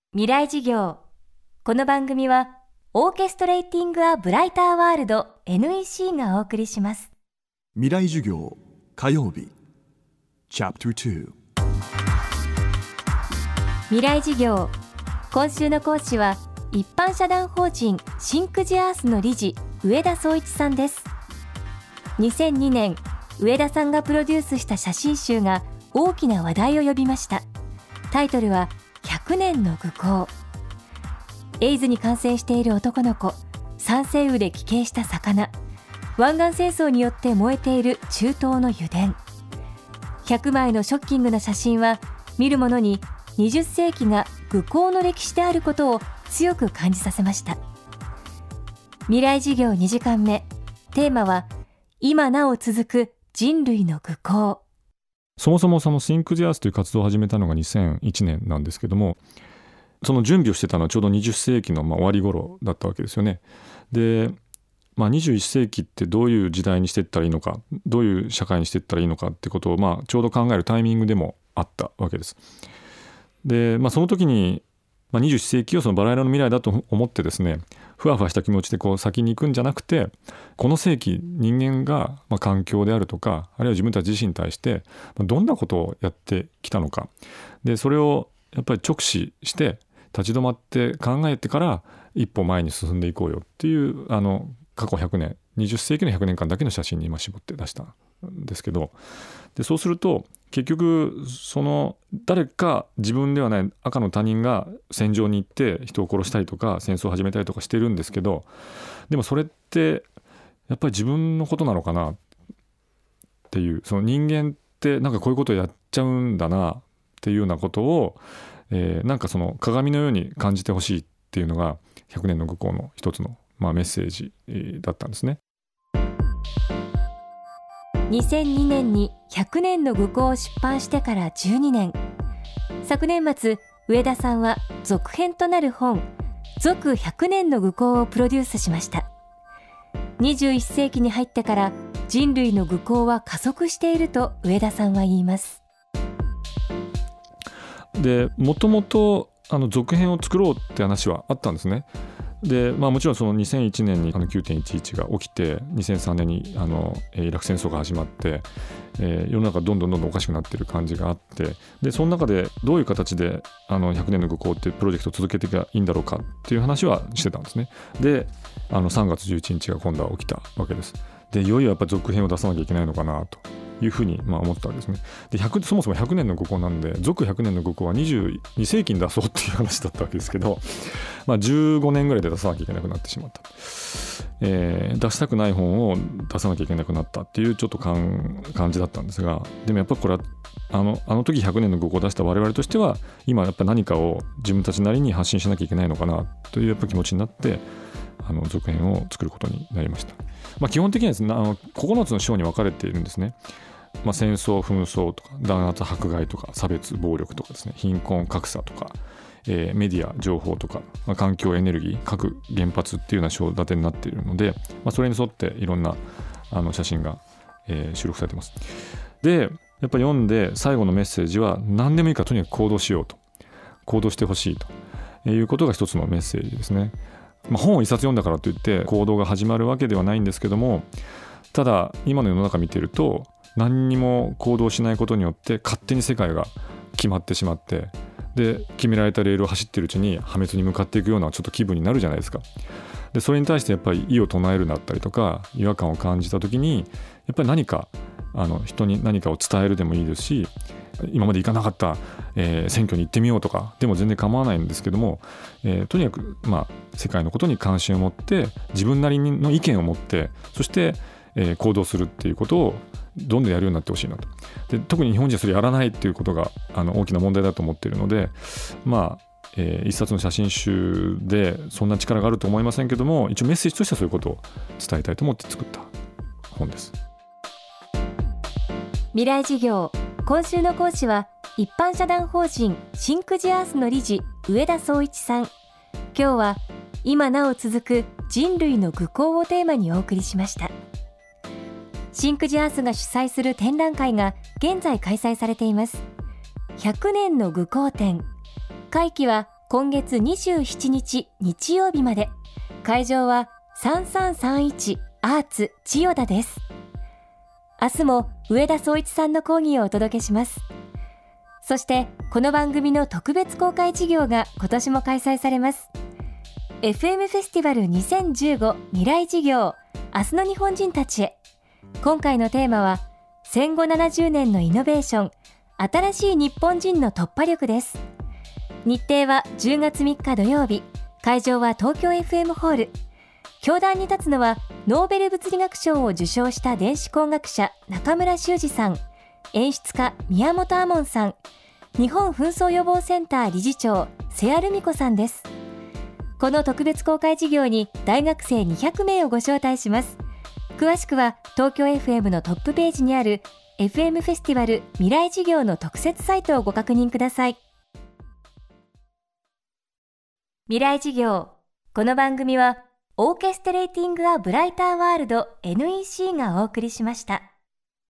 未来事業。この番組はオーケストレーティング・ア・ブライター・ワールド NEC がお送りします。 未来授業火曜日チャプター2。 未来事業。今週の講師は一般社団法人シンクジアースの理事上田壮一さんです。2002年、上田さんがプロデュースした写真集が大きな話題を呼びました。タイトルは100年の愚行。エイズに感染している男の子、酸性雨で帰型した魚、湾岸戦争によって燃えている中東の油田。100枚のショッキングな写真は見る者に20世紀が愚行の歴史であることを強く感じさせました。未来事業2時間目、テーマは今なお続く人類の愚行。 そもそもそのシンクジアースという活動を始めたのが2001年なんですけども、その準備をしてたのはちょうど20世紀の終わり頃だったわけですよね。で、21世紀ってどういう時代にしていったらいいのか、どういう社会にしていったらいいのかってことをちょうど考えるタイミングでもあったわけです。で、その時に21世紀をそのバラ色の未来だと思ってですね、ふわふわした気持ちで先に行くんじゃなくて、この世紀人間が環境であるとか、あるいは自分たち自身に対してどんなことをやってきたのか、でそれをやっぱり直視して立ち止まって考えてから一歩前に進んでいこうよっていう過去100年20世紀の100年間だけの写真に今絞って出したんですけど、でそうすると結局その誰か自分ではない赤の他人が戦場に行って人を殺したりとか戦争を始めたりとかしてるんですけど、でもそれってやっぱり自分のことなのかなっていう、その人間ってこういうことをやっちゃうんだなっていうようなことを、その鏡のように感じてほしいっていうのが100年の愚行の一つのメッセージだったんですね。 2002年に100年の愚行を出版してから12年。昨年末、上田さんは続編となる本、続100年の愚行をプロデュースしました。21世紀に入ってから人類の愚行は加速していると上田さんは言います。 で、もともと続編を作ろうって話はあったんですね。で、もちろんその2001年に9.11 が起きて、2003年にイラク戦争が始まって、世の中どんどんおかしくなってる感じがあって、でその中でどういう形で100年の愚行っていうプロジェクトを続けていけばいいんだろうかっていう話はしてたんですね。で3月11日が今度は起きたわけです。でいよいよやっぱり続編を出さなきゃいけないのかなというふうに思ったわけですね。でそもそも100年の愚行なんで、続100年の愚行は22世紀に出そうっていう話だったわけですけど、15年ぐらいで出さなきゃいけなくなってしまった、出したくない本を出さなきゃいけなくなったっていうちょっと感じだったんですが、でもやっぱりこれはあの時100年の愚行を出した我々としては今やっぱり何かを自分たちなりに発信しなきゃいけないのかなというやっぱ気持ちになって、続編を作ることになりました。基本的にはですね、9つの章に分かれているんですね。戦争、紛争とか弾圧、迫害とか差別、暴力とかですね、貧困、格差とか、メディア、情報とか、環境、エネルギー、核、原発っていうような章立てになっているので、それに沿っていろんな写真が、収録されています。でやっぱり読んで最後のメッセージは何でもいいからとにかく行動しようと、行動してほしいということが一つのメッセージですね。本を一冊読んだからといって行動が始まるわけではないんですけども、ただ今の世の中見てると何にも行動しないことによって勝手に世界が決まってしまって、で決められたレールを走っているうちに破滅に向かっていくようなちょっと気分になるじゃないですか。でそれに対してやっぱり異を唱えるだったりとか違和感を感じた時にやっぱり何か人に何かを伝えるでもいいですし、今まで行かなかった、選挙に行ってみようとかでも全然構わないんですけども、とにかく世界のことに関心を持って自分なりの意見を持って、そして、行動するっていうことをどんどんやるようになってほしいなと。で特に日本人はそれやらないっていうことが大きな問題だと思っているので、一冊の写真集でそんな力があると思いませんけども、一応メッセージとしてはそういうことを伝えたいと思って作った本です。 未来事業。今週の講師は一般社団法人シンクジアースの理事上田壮一さん。今日は今なお続く人類の愚行をテーマにお送りしました。シンクジアースが主催する展覧会が現在開催されています。100年の愚行展。会期は今月27日日曜日まで。会場は3331アーツ千代田です。明日も上田壮一さんの講義をお届けします。そしてこの番組の特別公開授業が今年も開催されます。 FM フェスティバル2015未来事業、明日の日本人たちへ。今回のテーマは戦後70年のイノベーション、新しい日本人の突破力です。日程は10月3日土曜日、会場は東京 FM ホール。教壇に立つのはノーベル物理学賞を受賞した電子工学者中村修二さん、演出家宮本亞門さん、日本紛争予防センター理事長瀬谷留美子さんです。この特別公開授業に大学生200名をご招待します。詳しくは東京 FM のトップページにある FM フェスティバル未来事業の特設サイトをご確認ください。未来事業。この番組はオーケストレーティング・ア・ブライター・ワールド NEC がお送りしました。